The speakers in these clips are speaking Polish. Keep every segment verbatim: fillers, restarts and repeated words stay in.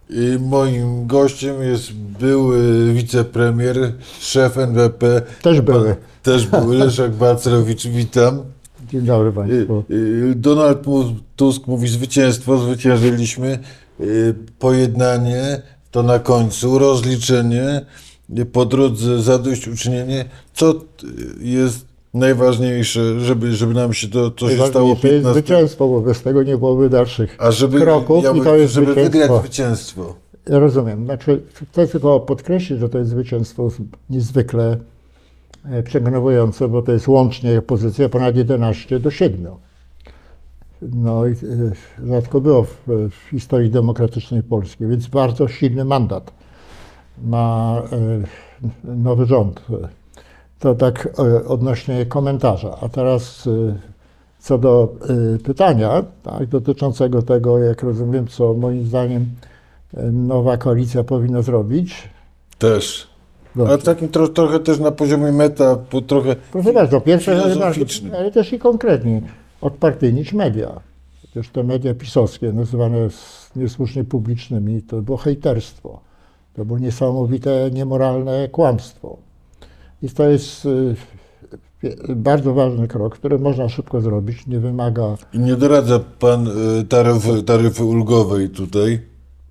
I moim gościem jest były wicepremier, szef N B P. Też były. Też były, Leszek Balcerowicz, witam. Dzień dobry Państwu. Donald Tusk mówi zwycięstwo, zwyciężyliśmy, pojednanie, to na końcu, rozliczenie, po drodze zadośćuczynienie. Co jest najważniejsze, żeby, żeby nam się to, to się stało To jest zwycięstwo, bo bez tego nie byłoby dalszych A żeby, kroków ja, i to jest żeby zwycięstwo. wygrać zwycięstwo. Ja rozumiem. Znaczy, chcę tylko podkreślić, że to jest zwycięstwo niezwykle przekonujące, bo to jest łącznie pozycja ponad jedenaście do siedmiu. No i rzadko było w, w historii demokratycznej Polski, więc bardzo silny mandat ma nowy rząd. To tak odnośnie komentarza. A teraz co do pytania, tak, dotyczącego tego, jak rozumiem, co moim zdaniem nowa koalicja powinna zrobić. Też. Dobrze. Ale takim tro, trochę też na poziomie meta, po trochę Proszę bardzo, pierwsze, filozoficznym. ale też i konkretnie, odpartyjnić media. Przecież te media pisowskie, nazywane niesłusznie publicznymi, to było hejterstwo. To było niesamowite, niemoralne kłamstwo. I to jest bardzo ważny krok, który można szybko zrobić, nie wymaga... I nie doradza pan taryfy, taryfy ulgowej tutaj?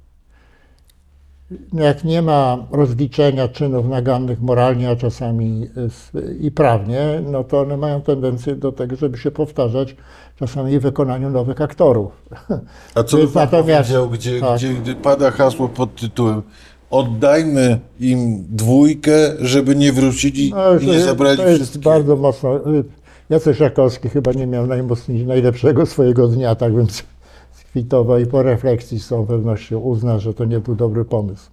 Jak nie ma rozliczenia czynów nagannych moralnie, a czasami i prawnie, no to one mają tendencję do tego, żeby się powtarzać czasami w wykonaniu nowych aktorów. A co by Więc pan natomiast- powiedział, gdzie, tak. gdzie gdy pada hasło pod tytułem oddajmy im dwójkę, żeby nie wrócili No, i nie zabrali to jest wszystkiego. bardzo mocno. Jacek Żakowski chyba nie miał najmocniej, najlepszego swojego dnia, tak bym skwitował, i po refleksji z całą pewnością uzna, że to nie był dobry pomysł.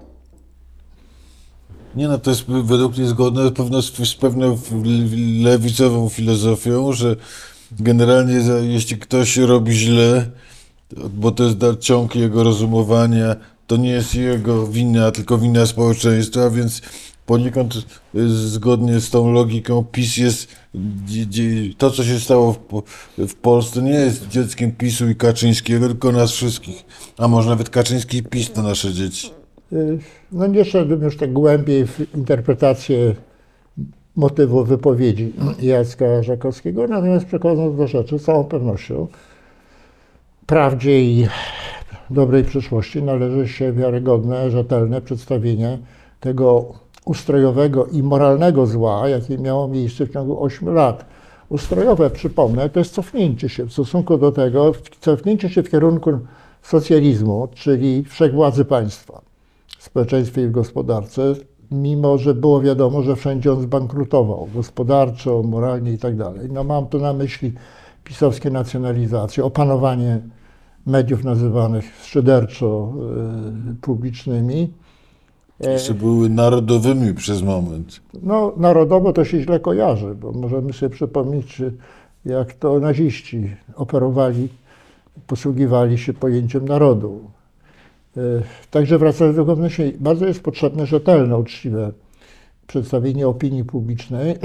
Nie no, to jest według mnie zgodne pewno z, z pewną lewicową filozofią, że generalnie za- jeśli ktoś robi źle, bo to jest da- ciąg jego rozumowania, to nie jest jego wina, tylko wina społeczeństwa, więc poniekąd y, zgodnie z tą logiką PiS jest, dzie- dzie- to co się stało w, Po- w Polsce nie jest dzieckiem PiSu i Kaczyńskiego, tylko nas wszystkich, a może nawet Kaczyński i PiS to nasze dzieci. No nie szedłbym już tak głębiej w interpretację motywu wypowiedzi Jacka Żakowskiego, natomiast przechodząc do rzeczy, z całą pewnością prawdzie i dobrej przyszłości należy się wiarygodne, rzetelne przedstawienie tego ustrojowego i moralnego zła, jakie miało miejsce w ciągu ośmiu lat. Ustrojowe, przypomnę, to jest cofnięcie się w stosunku do tego, cofnięcie się w kierunku socjalizmu, czyli wszechwładzy państwa w społeczeństwie i w gospodarce, mimo że było wiadomo, że wszędzie on zbankrutował gospodarczo, moralnie i tak dalej. No mam tu na myśli pisowskie nacjonalizacje, opanowanie mediów nazywanych szyderczo y, publicznymi. Jeszcze były narodowymi przez moment. No narodowo to się źle kojarzy, bo możemy sobie przypomnieć, jak to naziści operowali, posługiwali się pojęciem narodu. Także wracając do głównej myśli, bardzo jest potrzebne rzetelne, uczciwe przedstawienie opinii publicznej,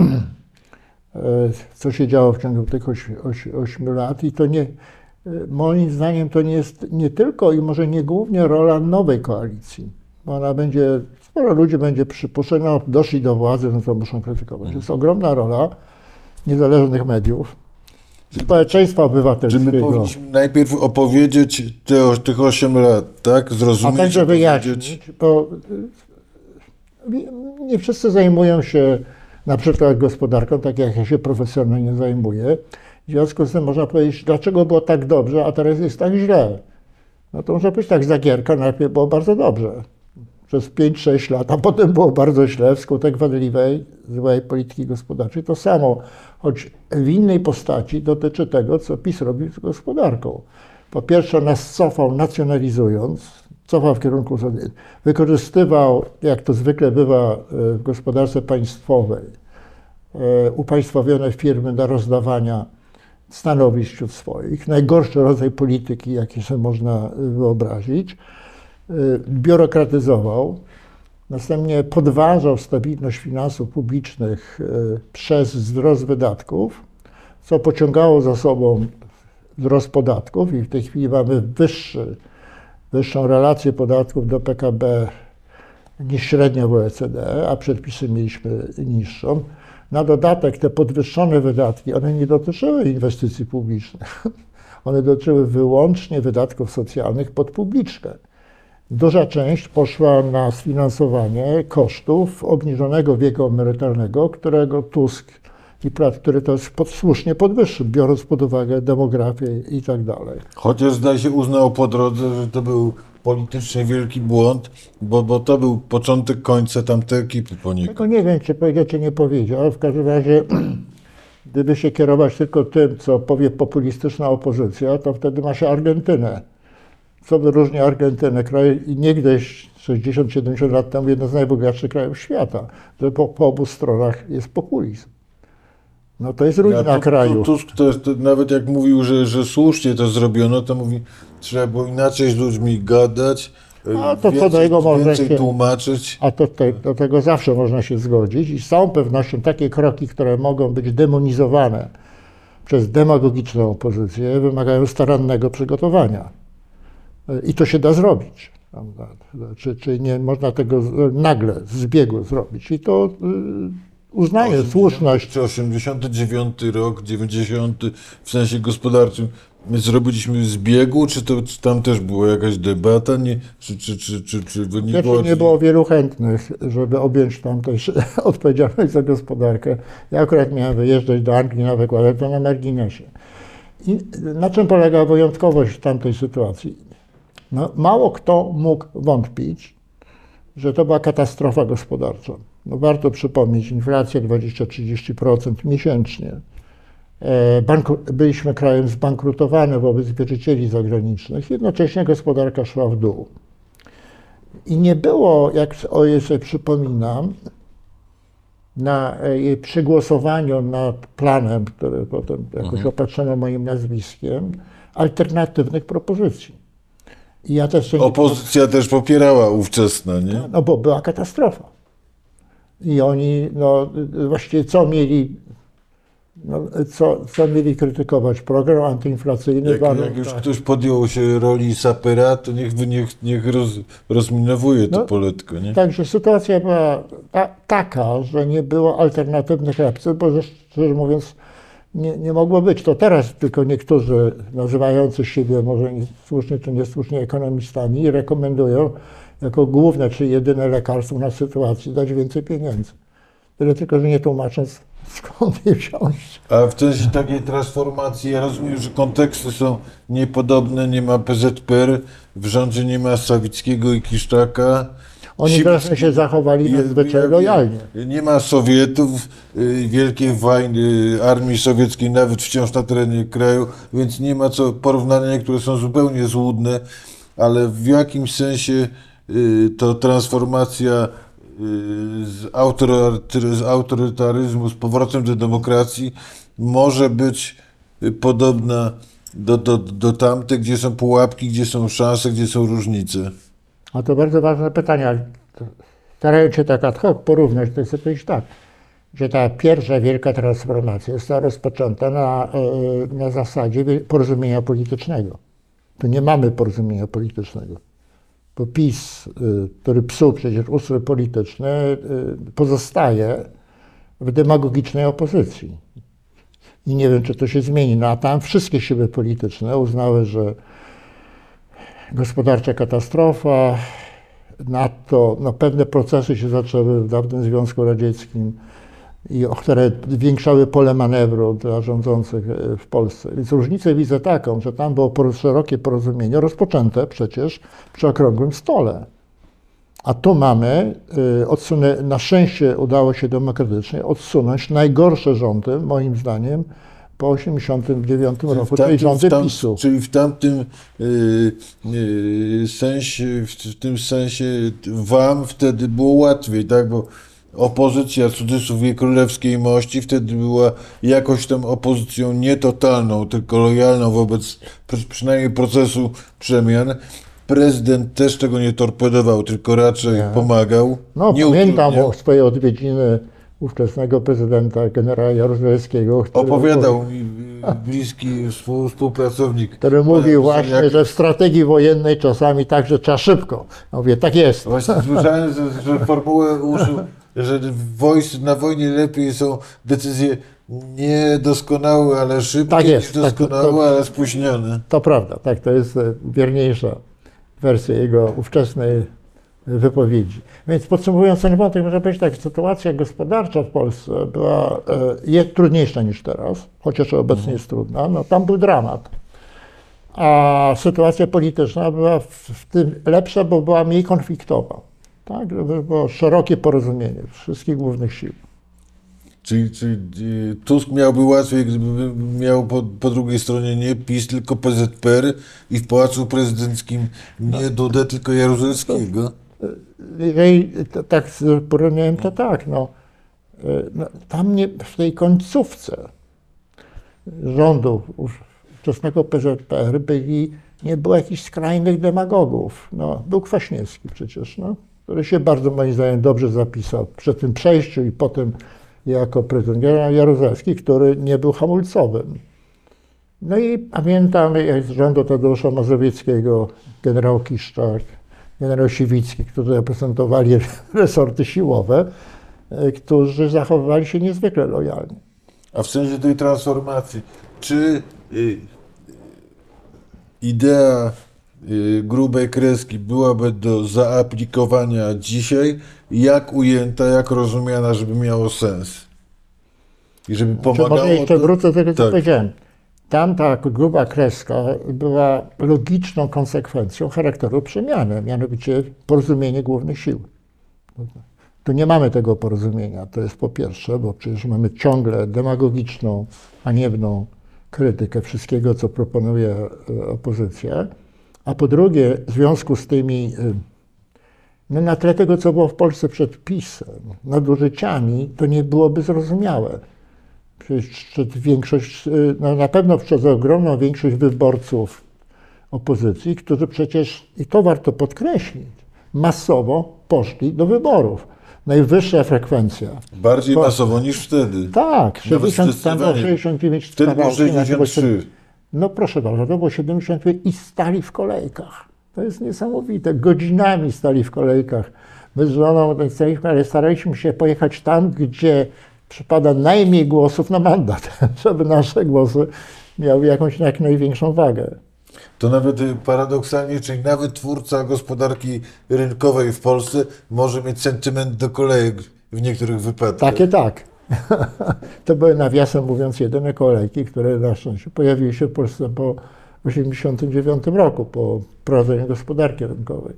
co się działo w ciągu tych ośmiu lat, i to nie, moim zdaniem to nie jest nie tylko i może nie głównie rola nowej koalicji, bo ona będzie, sporo ludzi będzie przypuszczać, no doszli do władzy, no to muszą krytykować. To jest ogromna rola niezależnych mediów, społeczeństwa Że my obywatelskiego. powinniśmy najpierw opowiedzieć te, tych osiem lat, tak? A Zrozumieć, także powiedzieć. wyjaśnić, bo y, nie wszyscy zajmują się na przykład gospodarką, tak jak ja się profesjonalnie zajmuję. W związku z tym można powiedzieć, dlaczego było tak dobrze, a teraz jest tak źle. No to można powiedzieć tak, za Gierka najpierw było bardzo dobrze. Przez pięć sześć lat, a potem było bardzo źle wskutek wadliwej, złej polityki gospodarczej. To samo, choć w innej postaci, dotyczy tego, co PiS robi z gospodarką. Po pierwsze nas cofał, nacjonalizując, cofał w kierunku, wykorzystywał, jak to zwykle bywa w gospodarce państwowej, upaństwowione firmy do rozdawania stanowisk wśród swoich. Najgorszy rodzaj polityki, jaki sobie można wyobrazić. Biurokratyzował, następnie podważał stabilność finansów publicznych przez wzrost wydatków, co pociągało za sobą wzrost podatków i w tej chwili mamy wyższy wyższą relację podatków do P K B niż średnia w O E C D, a przepisy mieliśmy niższą. Na dodatek te podwyższone wydatki, one nie dotyczyły inwestycji publicznych. One dotyczyły wyłącznie wydatków socjalnych pod publiczkę. Duża część poszła na sfinansowanie kosztów obniżonego wieku emerytalnego, którego Tusk i Prat, który to pod, słusznie podwyższył, biorąc pod uwagę demografię i tak dalej. Chociaż zdaje się uznał po drodze, że to był politycznie wielki błąd, bo, bo to był początek końca tamtej ekipy poniekąd. Tego nie wiem, czy powiedział, czy nie powiedział, ale w każdym razie, gdyby się kierować tylko tym, co powie populistyczna opozycja, to wtedy ma się Argentynę. Co wyróżnia Argentynę, kraj niegdyś sześćdziesiąt siedemdziesiąt lat temu jeden z najbogatszych krajów świata, że po, po obu stronach jest populizm. No to jest ruina Ja, tu, kraju. Tu, Tusk to, jest, to nawet jak mówił, że, że słusznie to zrobiono, to mówi, trzeba było inaczej z ludźmi gadać, A to co więcej, do jego można więcej się- tłumaczyć. A to, te, do tego zawsze można się zgodzić i z całą pewnością takie kroki, które mogą być demonizowane przez demagogiczną opozycję, wymagają starannego przygotowania. I to się da zrobić. Prawda? Czy, czy nie można tego z- nagle, z biegu zrobić. I to y, uznaję słuszność. Czy osiemdziesiąty dziewiąty rok, dziewięćdziesiąty w sensie gospodarczym, my zrobiliśmy z biegu, czy, to, czy tam też była jakaś debata, nie, czy, czy, czy, czy, czy wy nie Pierwsze, nie było wielu chętnych, żeby objąć tam też odpowiedzialność za gospodarkę. Ja akurat miałem wyjeżdżać do Anglii na wykład, to na marginesie. I na czym polega wyjątkowość tamtej sytuacji? No, mało kto mógł wątpić, że to była katastrofa gospodarcza. No, warto przypomnieć, inflacja dwadzieścia do trzydziestu procent miesięcznie. E, bankru- byliśmy krajem zbankrutowanym wobec wierzycieli zagranicznych, jednocześnie gospodarka szła w dół. I nie było, jak o sobie przypominam, na e, przy głosowaniu nad planem, który potem jakoś Mhm. opatrzono moim nazwiskiem, alternatywnych propozycji. I ja też nie, Opozycja też popierała ówczesna, nie? no bo była katastrofa. I oni, no właściwie co mieli, no, co, co mieli krytykować? Program antyinflacyjny. Jak, jak już ktoś podjął się roli sapera, to niech, niech, niech roz, rozminowuje to No, poletko, nie? Także sytuacja była ta, taka, że nie było alternatywnych opcji, bo że, szczerze mówiąc nie, nie mogło być. To teraz tylko niektórzy nazywający siebie może nie- słusznie czy niesłusznie ekonomistami rekomendują jako główne czy jedyne lekarstwo na sytuację dać więcej pieniędzy. Tyle tylko, że nie tłumacząc skąd je wziąć. A w sensie takiej transformacji, ja rozumiem, że konteksty są niepodobne, nie ma P Z P R, w rządzie nie ma Sawickiego i Kiszczaka. Oni Sipski- też się zachowali jest- nadzwyczaj ja- lojalnie. Nie ma Sowietów, y, wielkiej wojny y, armii sowieckiej nawet wciąż na terenie kraju, więc nie ma co porównania, które są zupełnie złudne, ale w jakimś sensie y, to transformacja y, z, autorytar- z autorytaryzmu z powrotem do demokracji może być y, podobna do, do, do tamtej, gdzie są pułapki, gdzie są szanse, gdzie są różnice. A to bardzo ważne pytanie, ale to starając się tak ad hoc porównać, to chcę powiedzieć tak, że ta pierwsza wielka transformacja została rozpoczęta na, e, na zasadzie wie- porozumienia politycznego. Tu nie mamy porozumienia politycznego. Bo PiS, y, który psuł przecież ustrój polityczny, y, pozostaje w demagogicznej opozycji. I nie wiem, czy to się zmieni. No a tam wszystkie siły polityczne uznały, że gospodarcza katastrofa, nadto no, pewne procesy się zaczęły w dawnym Związku Radzieckim, i o które zwiększały pole manewru dla rządzących e, w Polsce. Więc różnicę widzę taką, że tam było por- szerokie porozumienie, rozpoczęte przecież przy okrągłym stole. A tu mamy, y, odsunę, na szczęście udało się demokratycznie odsunąć najgorsze rządy, moim zdaniem, po osiemdziesiątym dziewiątym roku, czyli rządy w tam- PiSu. Czyli w tamtym y, y, sensie, w, w tym sensie wam wtedy było łatwiej, tak? Bo opozycja w cudzysłowie królewskiej mości wtedy była jakoś tam opozycją nie totalną, tylko lojalną wobec przy- przynajmniej procesu przemian. Prezydent też tego nie torpedował, tylko raczej Nie. pomagał. No, nie pamiętam utrudniał. o swojej odwiedziny ówczesnego prezydenta generała Jaruzelskiego, który Opowiadał mi bliski współ, współpracownik. który mówił Jak- właśnie, że w strategii wojennej czasami także trzeba szybko. Ja mówię, tak jest. Właśnie słyszałem, że, że formułę użył, że w wojs, na wojnie lepiej są decyzje niedoskonałe, ale szybkie, Tak jest, niż tak, to- doskonałe, to- ale spóźnione. To prawda, tak, to jest e, wierniejsza wersja jego ówczesnej wypowiedzi. Więc podsumowując ten wątek, można powiedzieć tak, sytuacja gospodarcza w Polsce była e, jest trudniejsza niż teraz, chociaż obecnie jest trudna, no tam był dramat. A sytuacja polityczna była w, w tym lepsza, bo była mniej konfliktowa. Tak, było szerokie porozumienie wszystkich głównych sił. Czyli, czyli y, Tusk miałby łatwiej, gdyby miał po, po drugiej stronie nie PiS, tylko P Z P R i w Pałacu Prezydenckim nie Dudę, tylko Jaruzelskiego. Jeżeli to, tak porównałem, to tak, no, y, no, tam nie, w tej końcówce rządów ówczesnego P Z P R byli, nie było jakichś skrajnych demagogów. No, był Kwaśniewski przecież, no, który się bardzo moim zdaniem dobrze zapisał przy tym przejściu i potem jako prezydent Jaruzelski, który nie był hamulcowym. No i pamiętam jak z rządu Tadeusza Mazowieckiego, generał Kiszczak, generał Siwicki, którzy reprezentowali resorty siłowe, y, którzy zachowywali się niezwykle lojalnie. A w sensie tej transformacji, czy y, idea y, grubej kreski byłaby do zaaplikowania dzisiaj, jak ujęta, jak rozumiana, żeby miało sens? I żeby Czy pomagało może jeszcze to... wrócę do tego, co tak. powiedziałem. Tam ta gruba kreska była logiczną konsekwencją charakteru przemiany, mianowicie porozumienie głównych sił. Tu nie mamy tego porozumienia, to jest po pierwsze, bo przecież mamy ciągle demagogiczną, haniebną krytykę wszystkiego, co proponuje e, opozycja, a po drugie, w związku z tymi, e, no na tle tego, co było w Polsce przed PiS-em, nadużyciami, to nie byłoby zrozumiałe. Przecież przed większość, e, no na pewno przez ogromną większość wyborców opozycji, którzy przecież, i to warto podkreślić, masowo poszli do wyborów. Najwyższa frekwencja. Bardziej Po- masowo niż wtedy. Tak, sześćdziesiąt, tam było zdecydowanie. sześćdziesiąt dziewięć Wtedy było kawałki, na to było sześćdziesiąt trzy. No proszę bardzo, to było siedemdziesiąt i stali w kolejkach. To jest niesamowite. Godzinami stali w kolejkach. My z żoną tak staliśmy, ale staraliśmy się pojechać tam, gdzie przypada najmniej głosów na mandat, żeby nasze głosy miały jakąś jak największą wagę. To nawet y, paradoksalnie, czyli nawet twórca gospodarki rynkowej w Polsce może mieć sentyment do kolejek w niektórych wypadkach. Takie tak. To były, nawiasem mówiąc, jedyne kolejki, które na szczęście pojawiły się w Polsce po tysiąc dziewięćset osiemdziesiątym dziewiątym roku, po prowadzeniu gospodarki rynkowej.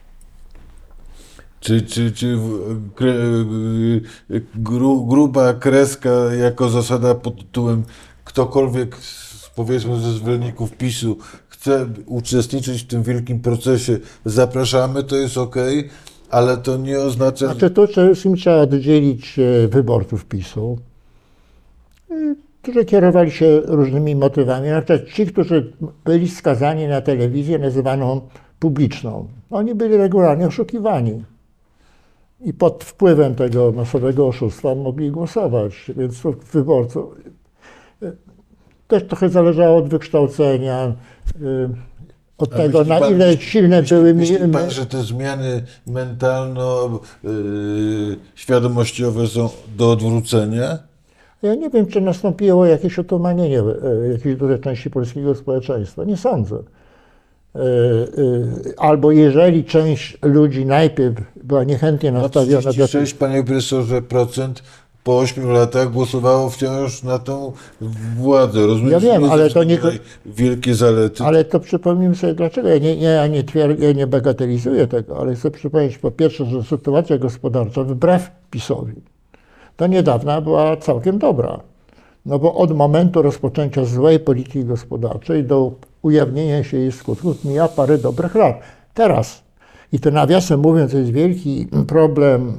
Czy, czy, czy w- kre, y, gru, gruba kreska jako zasada pod tytułem ktokolwiek, z, powiedzmy ze zwolenników PiSu chce uczestniczyć w tym wielkim procesie, zapraszamy, to jest okej, ale to nie oznacza... Znaczy tu przede wszystkim trzeba oddzielić e, wyborców PiSu, y, którzy kierowali się różnymi motywami. Na przykład ci, którzy byli skazani na telewizję nazywaną publiczną. Oni byli regularnie oszukiwani. I pod wpływem tego masowego oszustwa mogli głosować. Więc to wyborców y, też trochę zależało od wykształcenia, y, od A tego, myśli na pan- ile myśli- silne myśli, były... Myśli mi- pan, że te zmiany mentalno-świadomościowe są do odwrócenia? Ja nie wiem, czy nastąpiło jakieś otumanienie e, jakiejś dużej części polskiego społeczeństwa. Nie sądzę. E, e, Albo jeżeli część ludzi najpierw była niechętnie No nastawiona do trzydzieści sześć, panie profesorze, procent po ośmiu latach głosowało wciąż na tą władzę. Rozumiem, Ja że wiem, nie ale ze to nie- względu na wielkie zalety. Ale to przypomnijmy sobie dlaczego. Ja nie, nie, ja nie, twier- ja nie bagatelizuję tego, ale chcę przypomnieć po pierwsze, że sytuacja gospodarcza wbrew PiS-owi do niedawna była całkiem dobra. No bo od momentu rozpoczęcia złej polityki gospodarczej do ujawnienia się jej skutków mija parę dobrych lat. Teraz, i to nawiasem mówiąc, jest wielki problem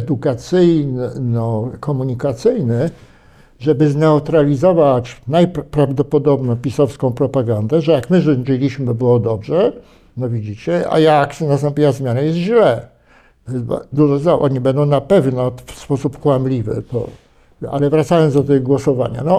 edukacyjno-komunikacyjny, żeby zneutralizować najprawdopodobniej pisowską propagandę, że jak my rządziliśmy, było dobrze, no widzicie, a jak nastąpiła zmiana, jest źle. To jest ba- Dużo za, oni będą na pewno w sposób kłamliwy, to, ale wracając do tego głosowania, no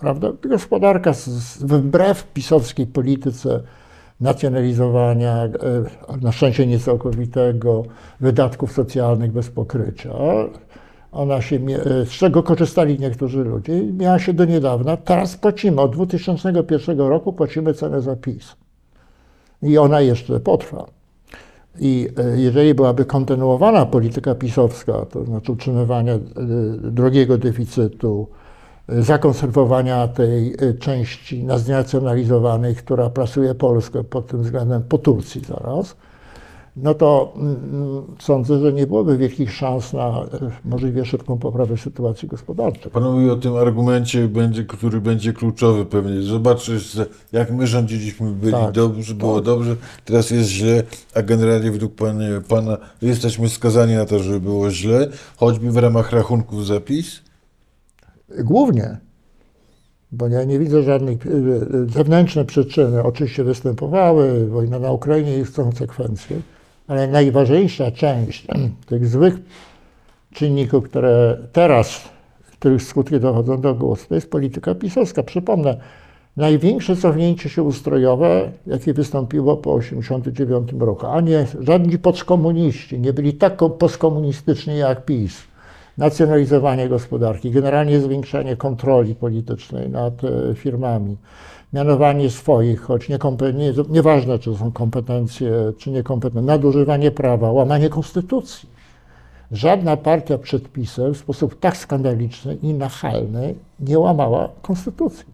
prawda? Gospodarka z, z, wbrew pisowskiej polityce nacjonalizowania, na szczęście niecałkowitego, wydatków socjalnych bez pokrycia. Ona się, z czego korzystali niektórzy ludzie, miała się do niedawna. Teraz płacimy, od dwa tysiące pierwszego roku płacimy cenę za PiS. I ona jeszcze potrwa. I jeżeli byłaby kontynuowana polityka pisowska, to znaczy utrzymywania drogiego deficytu, zakonserwowania tej części znacjonalizowanej, która plasuje Polskę pod tym względem po Turcji zaraz, no to mm, sądzę, że nie byłoby wielkich szans na możliwie szybką poprawę sytuacji gospodarczej. Pan mówi o tym argumencie, będzie, który będzie kluczowy pewnie. Zobaczysz, jak my rządziliśmy, byli Tak, dobrze, było tak. dobrze, teraz jest źle, a generalnie według pana, pana jesteśmy skazani na to, żeby było źle, choćby w ramach rachunków za PiS? Głównie, bo ja nie widzę żadnych zewnętrzne przyczyny. Oczywiście występowały, wojna na Ukrainie i konsekwencje, ale najważniejsza część tych złych czynników, które teraz, których skutki dochodzą do głosu, to jest polityka pisowska. Przypomnę, największe cofnięcie się ustrojowe, jakie wystąpiło po tysiąc dziewięćset osiemdziesiątym dziewiątym roku, a nie żadni postkomuniści nie byli tak postkomunistyczni jak PiS. Nacjonalizowanie gospodarki, generalnie zwiększanie kontroli politycznej nad firmami, mianowanie swoich, choć nie, nieważne, czy są kompetencje, czy niekompetencje, nadużywanie prawa, łamanie konstytucji. Żadna partia przed PiS-em w sposób tak skandaliczny i nachalny nie łamała konstytucji.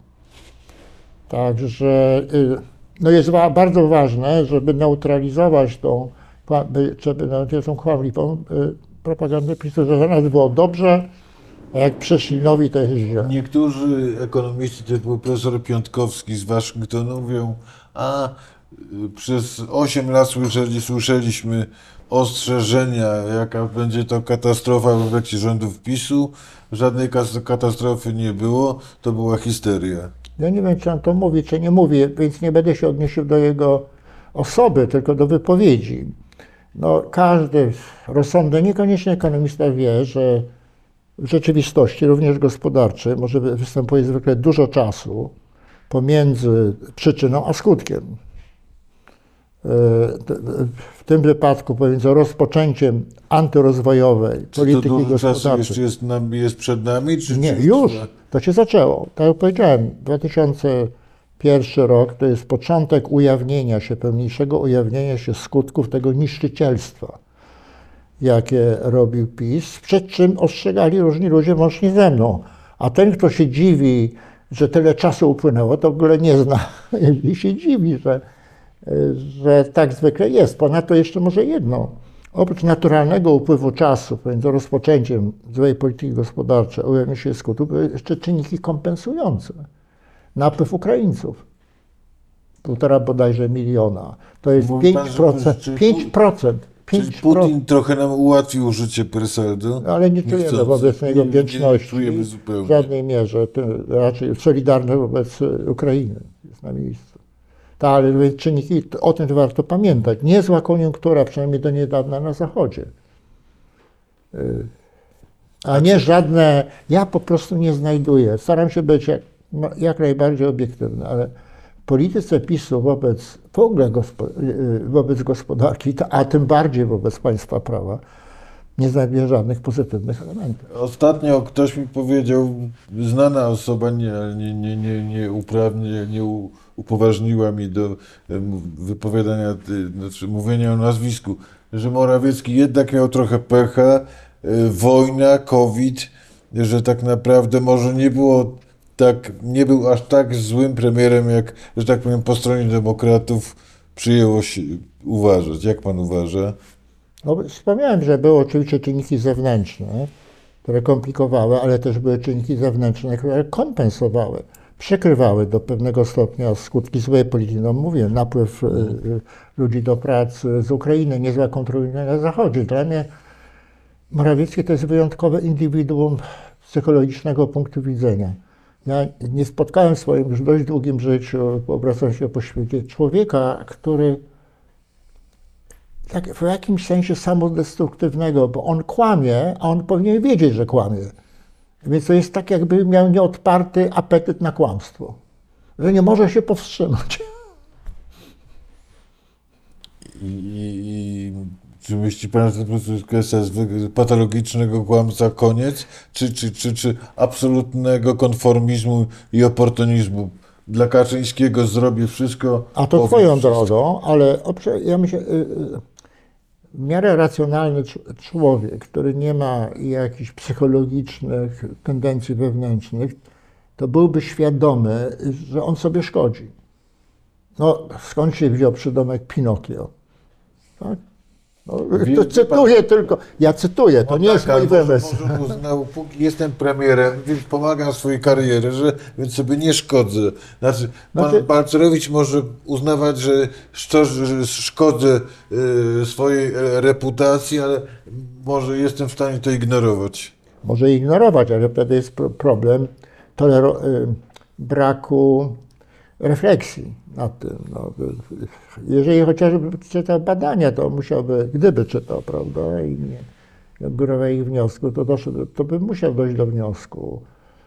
Także no jest bardzo ważne, żeby neutralizować tą, żeby tą kłamliwą propagandę PiS-u, że za nas było dobrze, a jak przyszli nowi, to jest źle. Niektórzy ekonomiści, typu profesor Piątkowski z Waszyngtonu mówią, a przez osiem lat słyszeli, słyszeliśmy ostrzeżenia, jaka będzie to katastrofa w efekcie rządów PiS-u. Żadnej katastrofy nie było, to była histeria. Ja nie wiem, czy on to mówi, czy nie mówi, więc nie będę się odnosił do jego osoby, tylko do wypowiedzi. No, każdy rozsądny, niekoniecznie ekonomista wie, że w rzeczywistości, również gospodarczej, może występuje zwykle dużo czasu pomiędzy przyczyną a skutkiem. W tym wypadku pomiędzy rozpoczęciem antyrozwojowej polityki czy to dużo czasu gospodarczej. jeszcze jest, nam, jest przed nami? Czy, Nie, czy już, trwa? to się zaczęło. Tak jak powiedziałem, dwa tysiące pierwszy rok to jest początek ujawnienia się, pełniejszego ujawnienia się skutków tego niszczycielstwa, jakie robił PiS, przed czym ostrzegali różni ludzie, łącznie ze mną. A ten, kto się dziwi, że tyle czasu upłynęło, to w ogóle nie zna i się dziwi, że, że tak zwykle jest. Ponadto jeszcze może jedno. Oprócz naturalnego upływu czasu pomiędzy rozpoczęciem złej polityki gospodarczej, ujawnieniem się skutków, były jeszcze czynniki kompensujące. Napływ Ukraińców. Półtora bodajże miliona. To jest Mówi pan, pięć że- procent. czy- pięć procent. Czyli pięć procent. Putin trochę nam ułatwił życie per saldo. Ale nie czujemy chcąc. wobec niego Nie- nie wdzięczności czujemy w zupełnie. żadnej mierze. To raczej solidarny wobec Ukrainy jest na miejscu. Tak, ale czynniki, o tym warto pamiętać. Niezła koniunktura, przynajmniej do niedawna na Zachodzie. Y, A nie żadne, ja po prostu nie znajduję, staram się być jak, no, jak najbardziej obiektywny, ale w polityce PiS-u wobec w ogóle gospo, y, wobec gospodarki, a tym bardziej wobec państwa prawa, nie znajduję żadnych pozytywnych elementów. Ostatnio ktoś mi powiedział, znana osoba, nie, nie, nie, nie, nie, uprawnie, nie u, upoważniła mi do em, wypowiadania, y, znaczy mówienia o nazwisku, że Morawiecki jednak miał trochę pecha, y, wojna, COVID, że tak naprawdę może nie było tak, nie był aż tak złym premierem, jak, że tak powiem, po stronie demokratów przyjęło się uważać. Jak pan uważa? No, wspomniałem, że były oczywiście czynniki zewnętrzne, które komplikowały, ale też były czynniki zewnętrzne, które kompensowały, przykrywały do pewnego stopnia skutki złej polityki. No mówię, napływ y, y, ludzi do pracy z Ukrainy, niezła kontrola na Zachodzie. Dla mnie Morawiecki to jest wyjątkowe indywiduum z psychologicznego punktu widzenia. Ja nie spotkałem w swoim już dość długim życiu, obracam się po świecie, człowieka, który tak w jakimś sensie samodestruktywnego, bo on kłamie, a on powinien wiedzieć, że kłamie. Więc to jest tak, jakby miał nieodparty apetyt na kłamstwo, że nie może się powstrzymać. I, i, i czy myśli pan, że to po prostu jest kwestia zwykłego patologicznego kłamca, koniec, czy, czy, czy, czy absolutnego konformizmu i oportunizmu? Dla Kaczyńskiego zrobię wszystko. A to powiem twoją wszystko. drogą, ale oprze- ja myślę, y, y, w miarę racjonalny cz- człowiek, który nie ma jakichś psychologicznych tendencji wewnętrznych, to byłby świadomy, że on sobie szkodzi. No, skąd się wziął przydomek Pinokio? Tak? No, Wie- to wie cytuję tylko, ja cytuję, to No nie jest tak, mój ale wymysł. Może, może uznał, póki jestem premierem, więc pomagam swojej karierze, więc sobie nie szkodzę. Znaczy, pan Znaczy- Balcerowicz może uznawać, że, szczo- że szkodzę y, swojej e, reputacji, ale może jestem w stanie to ignorować. Może ignorować, ale wtedy jest pro- problem tolero- y, braku refleksji nad tym. No, y, jeżeli chociażby czytał badania, to musiałby, gdyby czytał, prawda, i nie nie odgrywał ich wniosku, to, doszedł, to by musiał dojść do wniosku,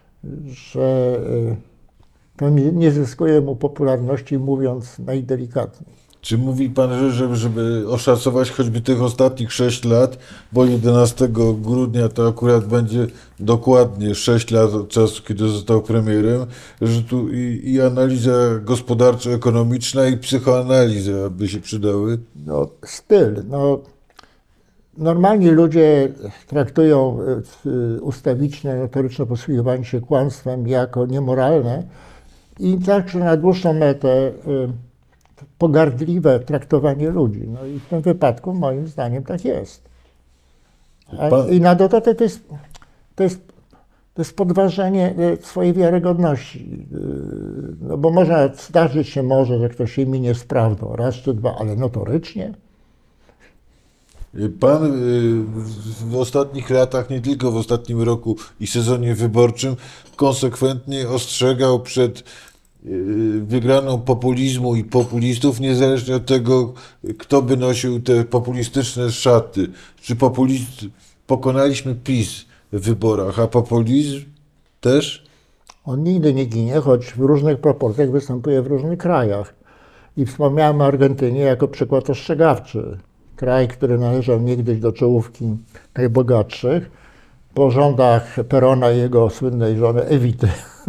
że y, to nie, nie zyskuje mu popularności, mówiąc najdelikatniej. Czy mówi pan, że żeby, żeby oszacować choćby tych ostatnich sześć lat, bo jedenastego grudnia to akurat będzie dokładnie sześć lat od czasu, kiedy został premierem, że tu i, i analiza gospodarczo-ekonomiczna, i psychoanaliza by się przydały? No, styl. No, normalni ludzie traktują y, ustawiczne, notoryczne posługiwanie się kłamstwem jako niemoralne i także na dłuższą metę y, pogardliwe traktowanie ludzi. No i w tym wypadku moim zdaniem tak jest. A, Pan- I na dodatek to jest, to jest, to jest podważenie y, swojej wiarygodności. Y, No bo można, zdarzyć się może, że ktoś się minie z prawdą, raz czy dwa, ale notorycznie. Pan y, w- w ostatnich latach, nie tylko w ostatnim roku i sezonie wyborczym, konsekwentnie ostrzegał przed y, wygraną populizmu i populistów, niezależnie od tego, kto by nosił te populistyczne szaty. Czy populizm, pokonaliśmy PiS w wyborach, a populizm też? On nigdy nie ginie, choć w różnych proporcjach występuje w różnych krajach. I wspomniałem o Argentynie jako przykład ostrzegawczy. Kraj, który należał niegdyś do czołówki najbogatszych, po rządach Perona i jego słynnej żony Ewity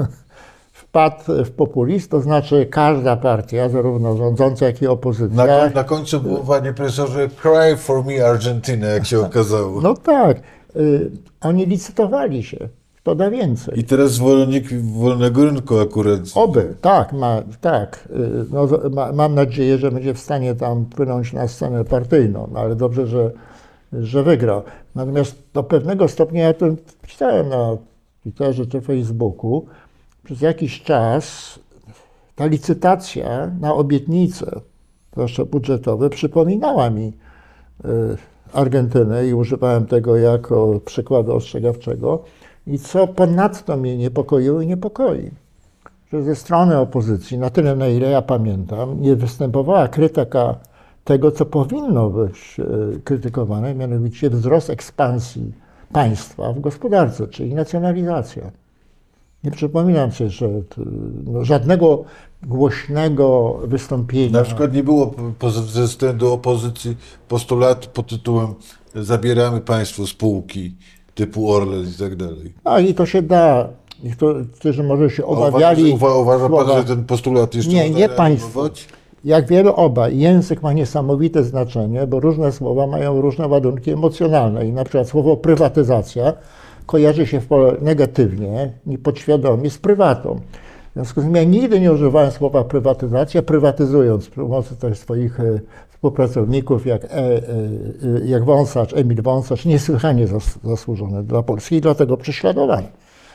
wpadł w populizm, to znaczy każda partia, zarówno rządząca, jak i Na, opozycja. koń- na końcu było, panie profesorze, cry for me Argentina, jak się okazało. No tak, y, oni licytowali się, kto da więcej. I teraz zwolennik wolnego rynku akurat. Oby, tak, ma, tak. Y, No, ma, mam nadzieję, że będzie w stanie tam płynąć na scenę partyjną, no, ale dobrze, że, że wygrał. Natomiast do pewnego stopnia, ja to czytałem na Twitterze czy Facebooku, przez jakiś czas ta licytacja na obietnice, zwłaszcza budżetowe, przypominała mi y, Argentynę i używałem tego jako przykładu ostrzegawczego. I co ponadto mnie niepokoiło i niepokoi, że ze strony opozycji, na tyle na ile ja pamiętam, nie występowała krytyka tego, co powinno być e, krytykowane, mianowicie wzrost ekspansji państwa w gospodarce, czyli nacjonalizacja. Nie przypominam sobie, że t- no, żadnego głośnego wystąpienia. Na przykład nie było po- ze względu opozycji postulatu pod tytułem zabieramy państwu spółki typu Orlen i tak dalej. A i to się da. Niektórzy może się A obawiali. Uważa, uważa pan, słowa. że ten postulat jeszcze Nie, można nie państwo. realizować? Jak wiemy obaj, język ma niesamowite znaczenie, bo różne słowa mają różne ładunki emocjonalne i na przykład słowo prywatyzacja kojarzy się w pole negatywnie i podświadomie z prywatą. W związku z tym ja nigdy nie używałem słowa prywatyzacja, prywatyzując przy pomocy też swoich e, współpracowników jak, e, e, e, jak Wąsacz, Emil Wąsacz, niesłychanie zas, zasłużony dla Polski i dlatego prześladowany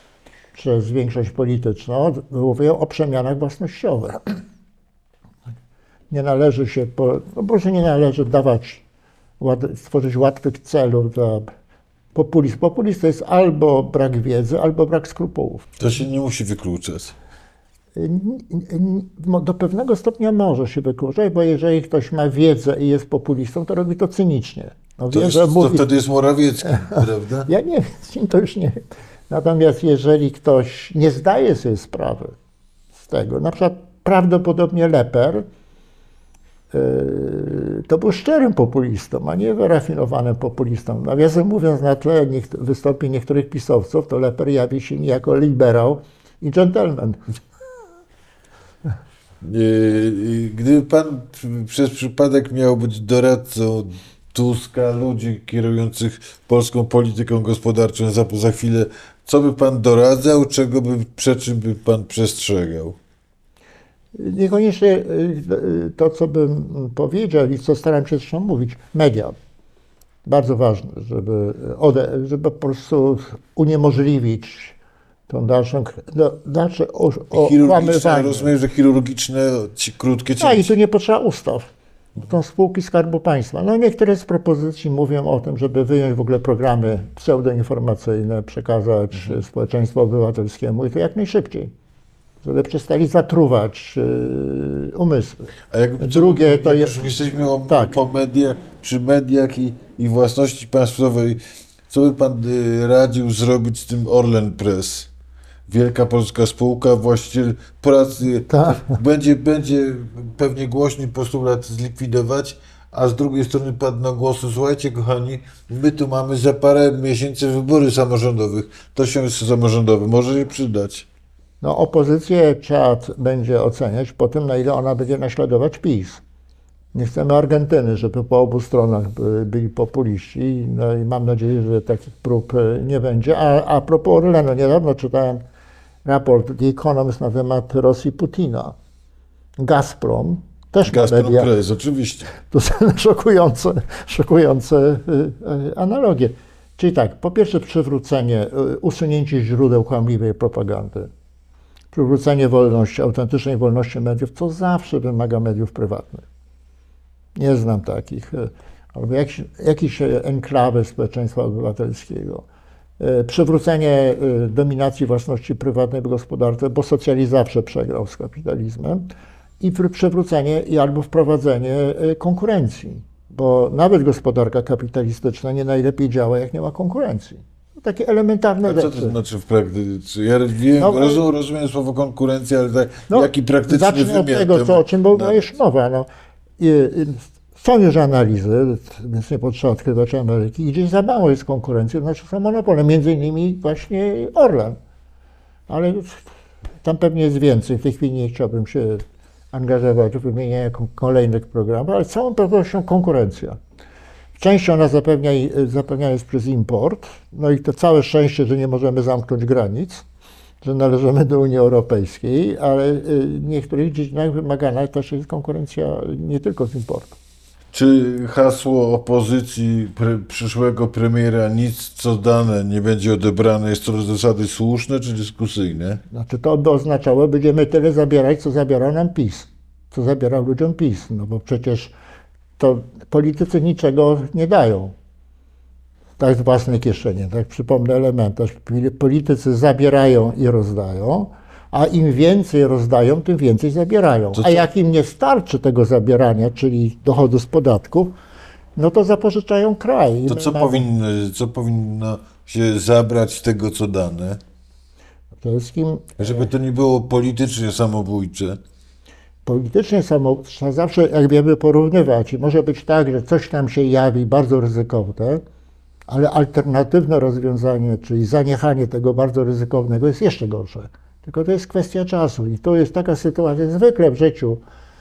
przez większość polityczną. Mówią o przemianach własnościowych. Nie należy się, po, no bo że nie należy dawać, ład, stworzyć łatwych celów dla populizm. Populizm to jest albo brak wiedzy, albo brak skrupułów. To się nie musi wykluczać. N- n- n- Do pewnego stopnia może się wykluczać, bo jeżeli ktoś ma wiedzę i jest populistą, to robi to cynicznie. No, To, wie, jest, że to mówi, wtedy jest Morawiecki, prawda? ja nie wiem, to już nie wiem. Natomiast jeżeli ktoś nie zdaje sobie sprawy z tego, na przykład prawdopodobnie Leper yy, to był szczerym populistą, a nie wyrafinowanym populistą. Nawiasem mówiąc, na tle niech, wystąpień niektórych pisowców, to Leper jawi się jako liberał i dżentelmen. Yy, Gdyby pan przez przypadek miał być doradcą Tuska, ludzi kierujących polską polityką gospodarczą za, za chwilę, co by pan doradzał, czego by, przed czym by pan przestrzegał? Niekoniecznie to, co bym powiedział i co staram się zresztą mówić, media. Bardzo ważne, żeby, ode, żeby po prostu uniemożliwić tą dalszą, no, dalsze Chirurgiczne, okłamywanie. rozumiem, że chirurgiczne, ci, krótkie No i cięcie. tu nie potrzeba ustaw. To spółki Skarbu Państwa. No niektóre z propozycji mówią o tym, żeby wyjąć w ogóle programy pseudoinformacyjne, przekazać mhm. społeczeństwu obywatelskiemu i to jak najszybciej. Żeby przestali zatruwać yy, umysły. A jak, Drugie jak to już jest... jesteśmy o, tak. po mediach, przy mediach i, i własności państwowej, co by pan y, radził zrobić z tym Orlen Press? Wielka polska spółka, właściciel pracy, Tak. będzie, będzie pewnie głośny postulat zlikwidować, a z drugiej strony padną głosy, słuchajcie kochani, my tu mamy za parę miesięcy wybory samorządowych, to się jest samorządowe, może się przydać. No opozycję czat będzie oceniać po tym, na ile ona będzie naśladować PiS. Nie chcemy Argentyny, żeby po obu stronach by, byli populiści, no i mam nadzieję, że takich prób nie będzie. A, a propos Orlenu, niedawno czytałem raport The Economist na temat Rosji Putina. Gazprom, też Gazprom media. Press, oczywiście. To są szokujące, szokujące analogie. Czyli tak, po pierwsze przywrócenie, usunięcie źródeł kłamliwej propagandy. Przywrócenie wolności, autentycznej wolności mediów, co zawsze wymaga mediów prywatnych. Nie znam takich. Albo jakieś, jakieś enklawy społeczeństwa obywatelskiego. Przywrócenie dominacji własności prywatnej w gospodarce, bo socjalizm zawsze przegrał z kapitalizmem. I przywrócenie i albo wprowadzenie konkurencji, bo nawet gospodarka kapitalistyczna nie najlepiej działa, jak nie ma konkurencji. To takie elementarne A co rzeczy. to znaczy w praktyce? Ja wiem, No, rozumiem, rozumiem słowo konkurencja, ale tak, No, jaki praktyczny zacznę wymiar od tego, temu co, o czym była nadać? już mowa. No. I, i, są już analizy, więc nie potrzeba odkrywać Ameryki, gdzieś za mało jest konkurencji, to znaczy są monopole, między innymi właśnie Orlen. Ale tam pewnie jest więcej. W tej chwili nie chciałbym się angażować w wymienianie kolejnych programów, ale z całą pewnością konkurencja. Częścią ona zapewnia, zapewniana jest przez import, no i to całe szczęście, że nie możemy zamknąć granic, że należymy do Unii Europejskiej, ale w niektórych dziedzinach wymagana też jest konkurencja nie tylko z importu. Czy hasło opozycji pre, przyszłego premiera nic co dane nie będzie odebrane jest co do zasady słuszne czy dyskusyjne? Znaczy to by oznaczało, będziemy tyle zabierać, co zabiera nam PiS, co zabiera ludziom PiS, no bo przecież to politycy niczego nie dają. Tak z własnej kieszeni, tak przypomnę elementarz. Politycy zabierają i rozdają, a im więcej rozdają, tym więcej zabierają. To A co? jak im nie starczy tego zabierania, czyli dochodu z podatków, no to zapożyczają kraj. To co, Na- powinno, co powinno się zabrać z tego co dane, Przede wszystkim żeby to nie było politycznie samobójcze? politycznie samo trzeba zawsze, jak wiemy, porównywać. I może być tak, że coś tam się jawi bardzo ryzykowne, ale alternatywne rozwiązanie, czyli zaniechanie tego bardzo ryzykownego jest jeszcze gorsze. Tylko to jest kwestia czasu i to jest taka sytuacja zwykle w życiu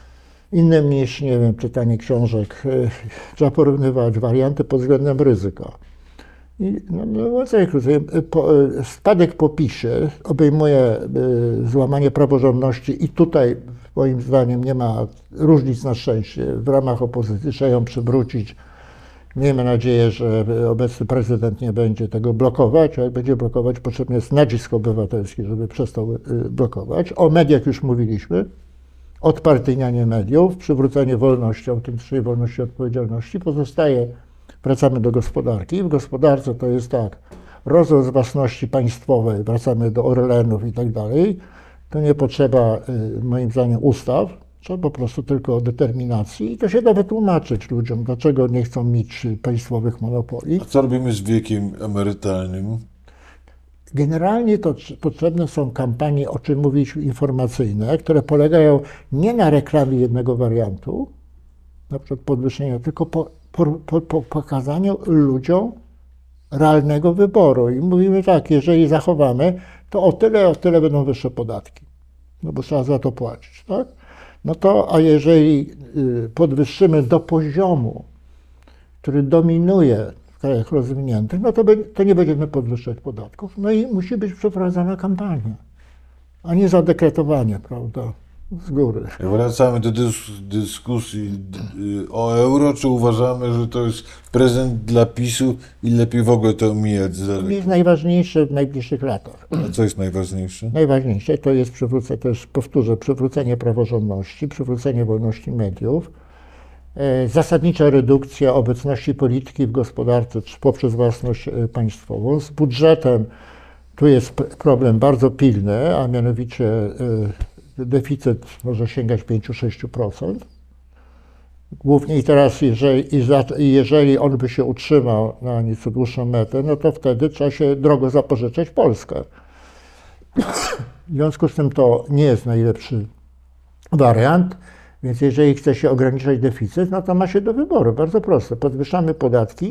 innym niż, nie wiem, czytanie książek. Trzeba porównywać warianty pod względem ryzyka. I no, no, mówiąc najkrócej, po, spadek po PiSie obejmuje y, złamanie praworządności i tutaj moim zdaniem nie ma różnic na szczęście. W ramach opozycji trzeba ją przywrócić. Miejmy nadzieję, że obecny prezydent nie będzie tego blokować, a jak będzie blokować, potrzebny jest nacisk obywatelski, żeby przestał y, blokować. O mediach już mówiliśmy. Odpartyjnianie mediów, przywrócenie wolności, autentycznej wolności i odpowiedzialności. Pozostaje, wracamy do gospodarki. W gospodarce to jest tak, rozrost własności państwowej, wracamy do Orlenów i tak dalej. To nie potrzeba, y, moim zdaniem, ustaw, trzeba po prostu tylko determinacji i to się da wytłumaczyć ludziom, dlaczego nie chcą mieć państwowych monopoli. A co robimy z wiekiem emerytalnym? generalnie to trz- potrzebne są kampanie, o czym mówiliśmy, informacyjne, które polegają nie na reklamie jednego wariantu, na przykład podwyższenia, tylko po, po, po, po pokazaniu ludziom realnego wyboru. I mówimy tak, jeżeli zachowamy, to o tyle, o tyle będą wyższe podatki, no bo trzeba za to płacić, tak? No to, a jeżeli y, podwyższymy do poziomu, który dominuje w krajach rozwiniętych, no to, be, to nie będziemy podwyższać podatków. No i musi być przeprowadzona kampania, a nie zadekretowanie, prawda, z góry. Wracamy do dys dyskusji d- y, o euro, czy uważamy, że to jest prezent dla PiSu i lepiej w ogóle to omijać z To daleka? jest najważniejsze w najbliższych latach. A co jest najważniejsze? Najważniejsze to jest przywrócenie, też powtórzę, przywrócenie praworządności, przywrócenie wolności mediów, e, zasadnicza redukcja obecności polityki w gospodarce czy poprzez własność e, państwową. Z budżetem tu jest p- problem bardzo pilny, a mianowicie e, deficyt może sięgać pięć do sześciu procent. Głównie i teraz, jeżeli, i za- i jeżeli on by się utrzymał na nieco dłuższą metę, no to wtedy trzeba się drogo zapożyczać Polskę. W związku z tym to nie jest najlepszy wariant, więc jeżeli chce się ograniczać deficyt, no to ma się do wyboru. Bardzo proste. Podwyższamy podatki,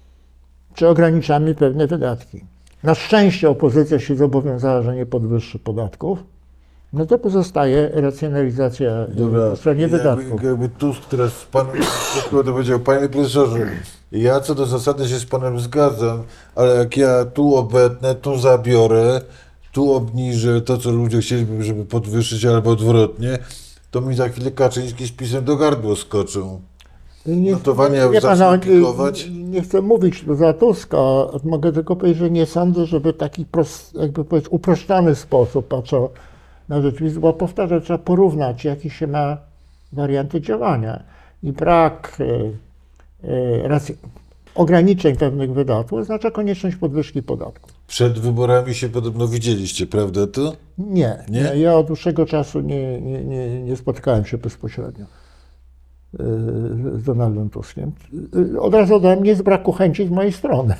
czy ograniczamy pewne wydatki. Na szczęście opozycja się zobowiązała, że nie podwyższy podatków. No to pozostaje racjonalizacja w stronie wydatków. Jakby, jakby Tusk teraz pan to powiedział, panie profesorze, ja co do zasady się z panem zgadzam, ale jak ja tu obetnę, tu zabiorę, tu obniżę to, co ludzie chcieliby, żeby podwyższyć, albo odwrotnie, to mi za chwilę Kaczyński z PiS-em do gardła skoczą. Nie, Notowania wie pan, zaczną no, pikować. nie, nie chcę mówić za Tuska, mogę tylko powiedzieć, że nie sądzę, żeby w taki prost, jakby powiedzieć, uproszczony sposób patrzał na rzeczywistość, bo powtarzam, trzeba porównać, jakie się ma warianty działania i brak e, e, racji, ograniczeń pewnych wydatków oznacza konieczność podwyżki podatków. Przed wyborami się podobno widzieliście, prawda to? Nie, Nie? nie? Ja od dłuższego czasu nie, nie, nie, nie spotkałem się bezpośrednio e, z Donaldem Tuskiem. E, Od razu dodam, nie z braku chęci z mojej strony.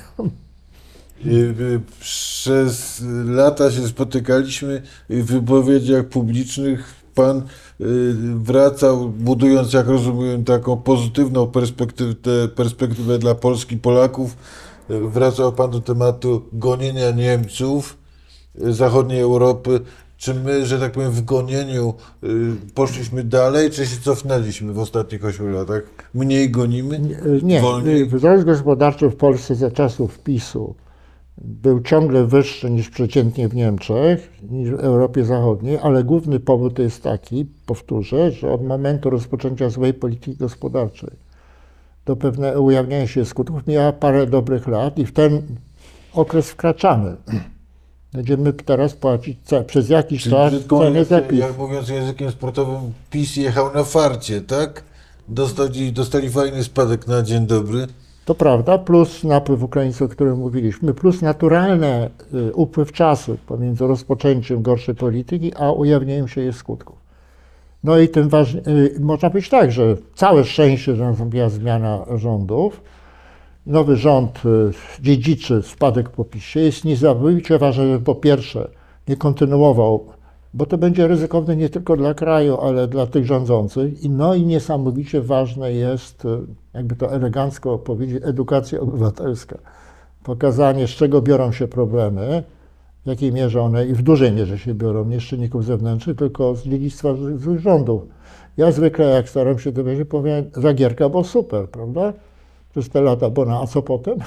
Y, y, Przez lata się spotykaliśmy i w wypowiedziach publicznych pan y, wracał, budując, jak rozumiem, taką pozytywną perspektywę, perspektywę dla Polski, Polaków, y, wracał pan do tematu gonienia Niemców, y, zachodniej Europy. Czy my, że tak powiem, w gonieniu y, poszliśmy dalej, czy się cofnęliśmy w ostatnich ośmiu latach? Mniej gonimy? Nie, Wolniej? wzrost gospodarczy w Polsce za czasów PiSu był ciągle wyższy niż przeciętnie w Niemczech, niż w Europie Zachodniej, ale główny powód jest taki, powtórzę, że od momentu rozpoczęcia złej polityki gospodarczej do pewnego ujawniania się skutków miała parę dobrych lat i w ten okres wkraczamy. Będziemy teraz płacić ce- przez jakiś Czyli czas brzydko cenę mówiąc, za PiS. jak mówiąc językiem sportowym, PiS jechał na farcie, tak? Dostali, dostali fajny spadek na dzień dobry. To prawda, plus napływ Ukraińców, o którym mówiliśmy, plus naturalny y, upływ czasu pomiędzy rozpoczęciem gorszej polityki, a ujawnieniem się jej skutków. No i tym ważne, y, można powiedzieć tak, że całe szczęście, że nastąpiła zmiana rządów. Nowy rząd y, dziedziczy spadek po PiSie. Jest niesamowicie ważne, żeby po pierwsze nie kontynuował, bo to będzie ryzykowne nie tylko dla kraju, ale dla tych rządzących. I no i niesamowicie ważne jest, y, jakby to elegancko powiedzieć, edukacja obywatelska. Pokazanie, z czego biorą się problemy, w jakiej mierze one, i w dużej mierze się biorą, nie z czynników zewnętrznych, tylko z dziedzictwa z- złych rządów. Ja zwykle, jak staram się dowiedzieć, powiem, Zagierka było super, prawda? Przez te lata, bo no, a co potem?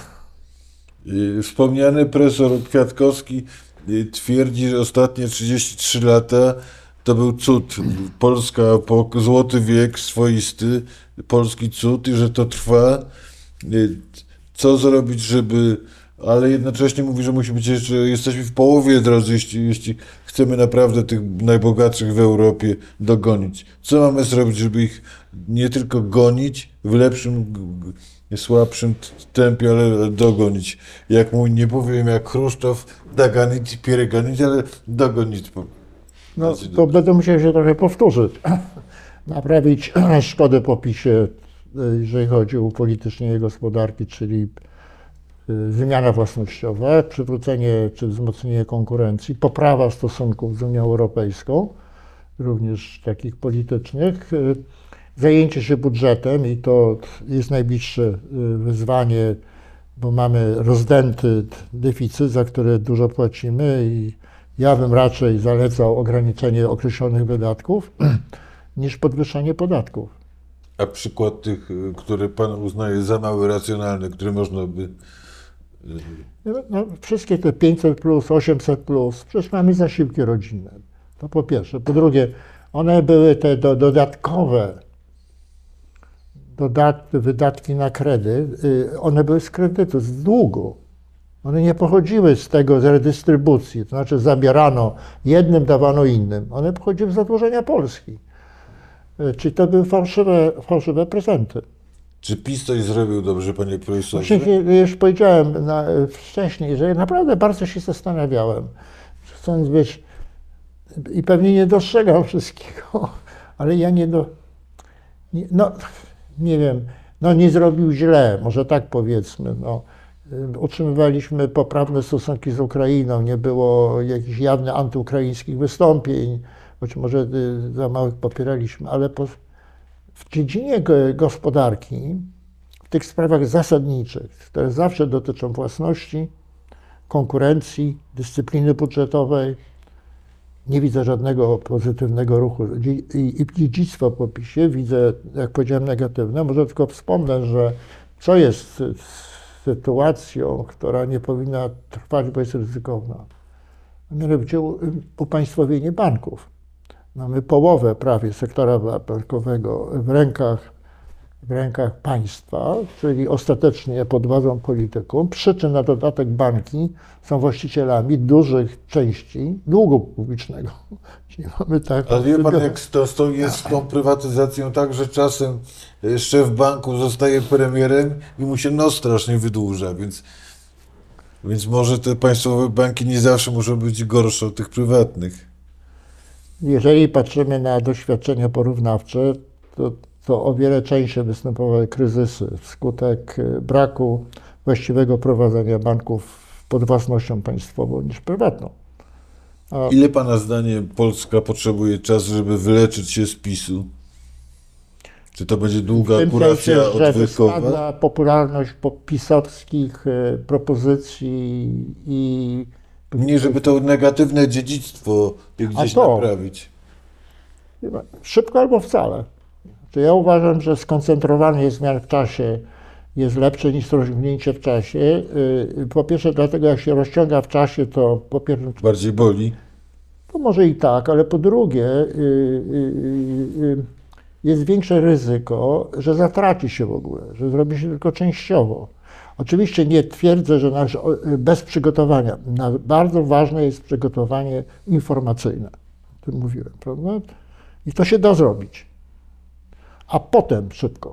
Y, Wspomniany profesor Kwiatkowski y, twierdzi, że ostatnie trzydzieści trzy lata to był cud. Polska, po złoty wiek swoisty, polski cud i że to trwa. Y, Co zrobić, żeby... Ale jednocześnie mówi, że musi być jeszcze, jesteśmy w połowie drodzy, jeśli, jeśli chcemy naprawdę tych najbogatszych w Europie dogonić. Co mamy zrobić, żeby ich nie tylko gonić w lepszym, g- g- słabszym t- tempie, ale dogonić. Jak mówi, nie powiem jak Chruszczow, daganić i piereganić, ale dogonić. po- No, Znaczy, to będę musiał się trochę powtórzyć. Naprawić szkodę po PiSie, jeżeli chodzi o upolitycznienie gospodarki, czyli y, wymiana własnościowa, przywrócenie czy wzmocnienie konkurencji, poprawa stosunków z Unią Europejską, również takich politycznych, y, zajęcie się budżetem i to jest najbliższe y, wyzwanie, bo mamy rozdęty deficyt, za który dużo płacimy i ja bym raczej zalecał ograniczenie określonych wydatków niż podwyższanie podatków. A przykład tych, y, które pan uznaje za mały racjonalny, które można by... y, No, no, wszystkie te pięćset plus, osiemset plus, przecież mamy zasiłki rodzinne. To po pierwsze. Po drugie, one były te do, dodatkowe dodat, wydatki na kredyt, y, one były z kredytu, z długu. One nie pochodziły z tego, z redystrybucji, to znaczy zabierano jednym, dawano innym. One pochodziły z zadłużenia Polski. Y, czyli to były fałszywe, fałszywe prezenty. Czy PiS coś zrobił dobrze, panie profesorze? Właśnie już powiedziałem na, wcześniej, że naprawdę bardzo się zastanawiałem, chcąc być i pewnie nie dostrzegam wszystkiego, ale ja nie do... Nie, no, nie wiem, no nie zrobił źle, może tak powiedzmy, no. Utrzymywaliśmy poprawne stosunki z Ukrainą, nie było jakichś jawnych antyukraińskich wystąpień, choć może za małych popieraliśmy, ale po, w dziedzinie gospodarki, w tych sprawach zasadniczych, które zawsze dotyczą własności, konkurencji, dyscypliny budżetowej, nie widzę żadnego pozytywnego ruchu. I dziedzictwo po PiSie widzę, jak powiedziałem, negatywne. Może tylko wspomnę, że co jest sytuacją, która nie powinna trwać, bo jest ryzykowna. Mianowicie upaństwowienie banków. Mamy połowę prawie sektora bankowego w rękach, w rękach państwa, czyli ostatecznie pod władzą polityków. Przy czym na dodatek banki są właścicielami dużych części długu publicznego. Czyli mamy tak, Ale wie pan, jak to, to jest z tą prywatyzacją tak, że czasem szef banku zostaje premierem i mu się nos strasznie wydłuża, więc, więc może te państwowe banki nie zawsze muszą być gorsze od tych prywatnych. Jeżeli patrzymy na doświadczenia porównawcze, to, to o wiele częściej występowały kryzysy wskutek braku właściwego prowadzenia banków pod własnością państwową niż prywatną. A Ile pana zdaniem Polska potrzebuje czasu, żeby wyleczyć się z PiSu? Czy to będzie długa w tym kuracja sensie, że odwykowa? spada popularność pisowskich e, propozycji i Nie, żeby to negatywne dziedzictwo gdzieś to? naprawić. szybko albo wcale. To ja uważam, że skoncentrowanie zmian w czasie jest lepsze niż rozciągnięcie w czasie. Y, Po pierwsze dlatego, jak się rozciąga w czasie, to po pierwsze, Bardziej boli. to może i tak, ale po drugie y, y, y, jest większe ryzyko, że zatraci się w ogóle, że zrobi się tylko częściowo. Oczywiście nie twierdzę, że nasz, bez przygotowania. Bardzo ważne jest przygotowanie informacyjne. O tym mówiłem, prawda? I to się da zrobić. A potem szybko.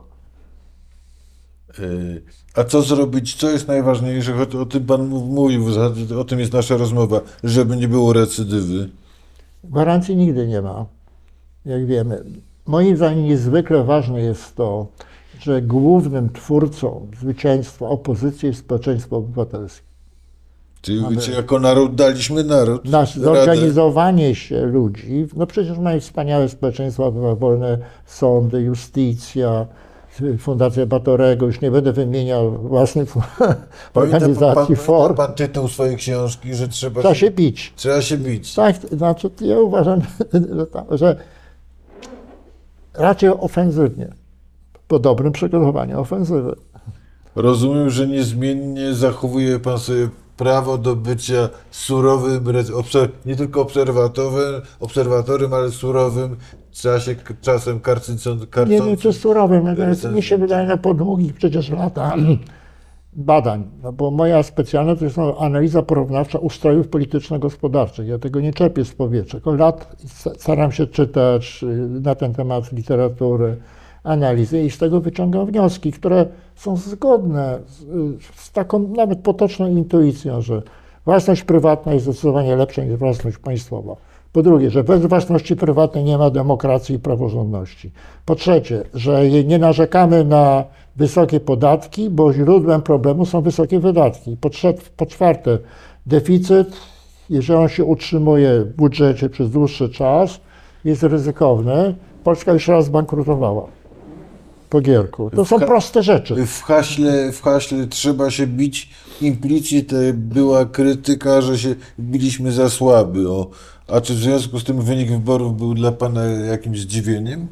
Yy, A co zrobić, co jest najważniejsze, choć o tym pan mów- mówił, w zasadzie o tym jest nasza rozmowa, żeby nie było recydywy. Gwarancji nigdy nie ma, jak wiemy. Moim zdaniem niezwykle ważne jest to, że głównym twórcą zwycięstwa opozycji jest społeczeństwo obywatelskie. Czyli Mamy- wiecie, jako naród daliśmy naród. Nasz radę. zorganizowanie się ludzi, no przecież mamy wspaniałe społeczeństwa, wolne sądy, justycja, Fundacja Batorego, już nie będę wymieniał własnych Pamięta pan, organizacji, pan, form. pan tytuł swojej książki, że trzeba, Trzeba się bić. trzeba się bić. Tak, znaczy ja uważam, że, tam, że raczej ofensywnie, po dobrym przygotowaniu ofensywy. Rozumiem, że niezmiennie zachowuje pan sobie prawo do bycia surowym, re- obser- nie tylko obserwatorem, obserwatorem, ale surowym, czasie, czasem karcycą, Nie karcącym. wiem, czy surowym, natomiast ten- mi się wydaje, że po długich przecież lata badań, no bo moja specjalność to jest no, analiza porównawcza ustrojów polityczno-gospodarczych. Ja tego nie czerpię z powietrza. Od lat staram się czytać y, na ten temat literatury, analizy i z tego wyciągam wnioski, które są zgodne z, y, z taką nawet potoczną intuicją, że własność prywatna jest zdecydowanie lepsza niż własność państwowa. Po drugie, że bez własności prywatnej nie ma demokracji i praworządności. Po trzecie, że nie narzekamy na wysokie podatki, bo źródłem problemu są wysokie wydatki. Po, trze- po czwarte, deficyt, jeżeli on się utrzymuje w budżecie przez dłuższy czas, jest ryzykowny. Polska już raz bankrutowała po Gierku. To są W ka- proste rzeczy. W haśle, w haśle trzeba się bić. Implicit była krytyka, że się biliśmy za słaby. O, a czy w związku z tym wynik wyborów był dla pana jakimś zdziwieniem?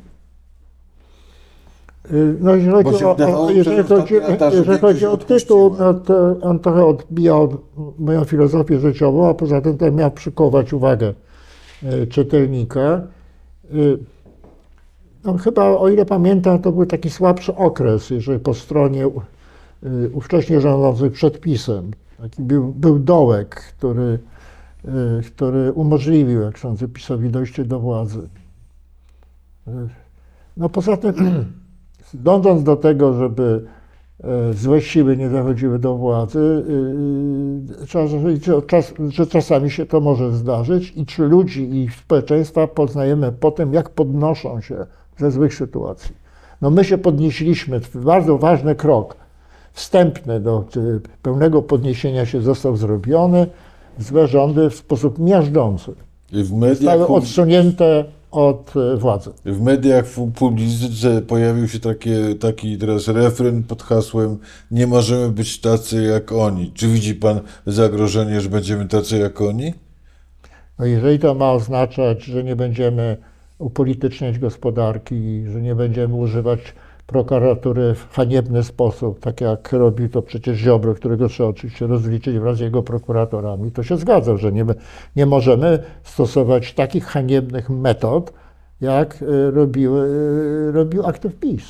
Y, No, jeżeli Bo chodzi się o, wydawało o, przez jeżeli chodzi, ostatnie lata, że jeżeli chodzi o większość tytuł, odpuściła. no to on trochę odbijał moją filozofię życiową, a poza tym też miał przykuwać uwagę y, czytelnika. Y, No, chyba, o ile pamiętam, to był taki słabszy okres, jeżeli po stronie y, ówcześnie rządzących przed PiS-em. Taki był, był dołek, który, y, który umożliwił, jak sądzę, PiS-owi dojście do władzy. Y, No poza tym, dążąc do tego, żeby e, złe siły nie zachodziły do władzy, y, y, trzeba zrozumieć, że, czas, że czasami się to może zdarzyć i czy ludzi i społeczeństwa poznajemy po tym, jak podnoszą się ze złych sytuacji. No my się podnieśliśmy, bardzo ważny krok wstępny do y, pełnego podniesienia się został zrobiony, złe rządy w sposób miażdżący W mediach, zostały pu- odsunięte od e, władzy. w mediach w publicyce pojawił się takie, taki teraz refren pod hasłem nie możemy być tacy jak oni. Czy widzi pan zagrożenie, że będziemy tacy jak oni? No jeżeli to ma oznaczać, że nie będziemy upolityczniać gospodarki, że nie będziemy używać prokuratury w haniebny sposób, tak jak robi to przecież Ziobro, którego trzeba oczywiście rozliczyć wraz z jego prokuratorami, to się zgadzam, że nie, nie możemy stosować takich haniebnych metod, jak y, robił, y, robił aktyw PiS.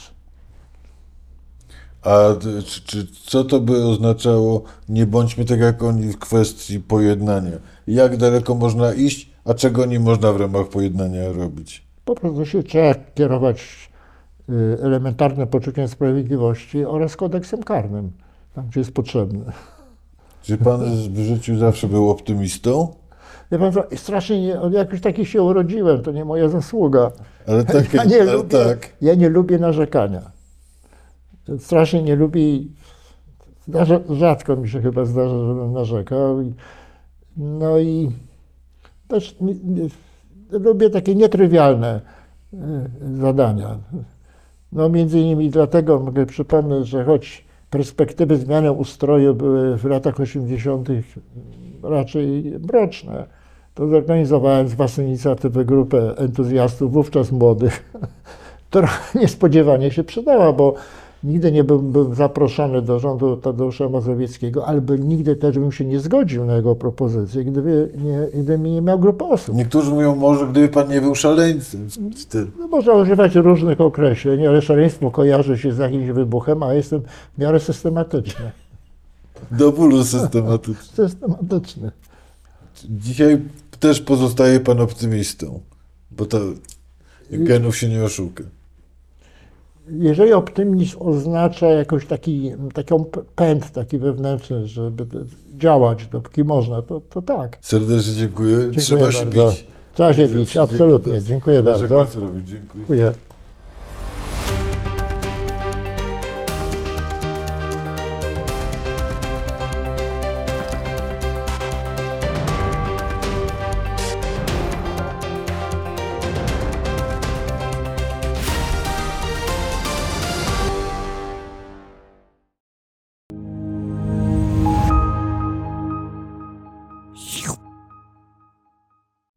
A d- czy, czy co to by oznaczało nie bądźmy tak jak oni w kwestii pojednania? Jak daleko można iść, a czego nie można w ramach pojednania robić? Po prostu się trzeba kierować y, elementarnym poczuciem sprawiedliwości oraz kodeksem karnym, tam gdzie jest potrzebny. Czy pan w życiu zawsze był optymistą? Ja pan co, strasznie, nie, jak już taki się urodziłem, to nie moja zasługa. Ale tak, Ja nie, ale lubię, tak. ja nie lubię narzekania. Strasznie nie lubię, i zdarza, rzadko mi się chyba zdarza, żebym narzekał. I, no i też nie, nie, lubię takie nietrywialne y, zadania. No między innymi dlatego mogę przypomnieć, że choć perspektywy zmiany ustroju były w latach osiemdziesiątych raczej mroczne, to zorganizowałem z własnej inicjatywy grupę entuzjastów, wówczas młodych, która niespodziewanie się przydała, bo nigdy nie byłem, byłem zaproszony do rządu Tadeusza Mazowieckiego, ale by, nigdy też bym się nie zgodził na jego propozycję, gdyby nie, gdyby nie miał grupy osób. Niektórzy mówią, może gdyby pan nie był szaleńcem. Wtedy. No, można używać różnych określeń, ale szaleństwo kojarzy się z jakimś wybuchem, a jestem w miarę systematyczny. Do bólu systematyczny. Systematyczny. Dzisiaj też pozostaje pan optymistą, bo to genów się nie oszuka. Jeżeli optymizm oznacza jakoś taki, taką pęd taki wewnętrzny, żeby działać dopóki można, to, to tak. Serdecznie dziękuję. Dziękuję Trzeba się bardzo. bić. Trzeba się bić, absolutnie. Dziękuję Proszę bardzo. bardzo robić. Dziękuję. Dziękuję.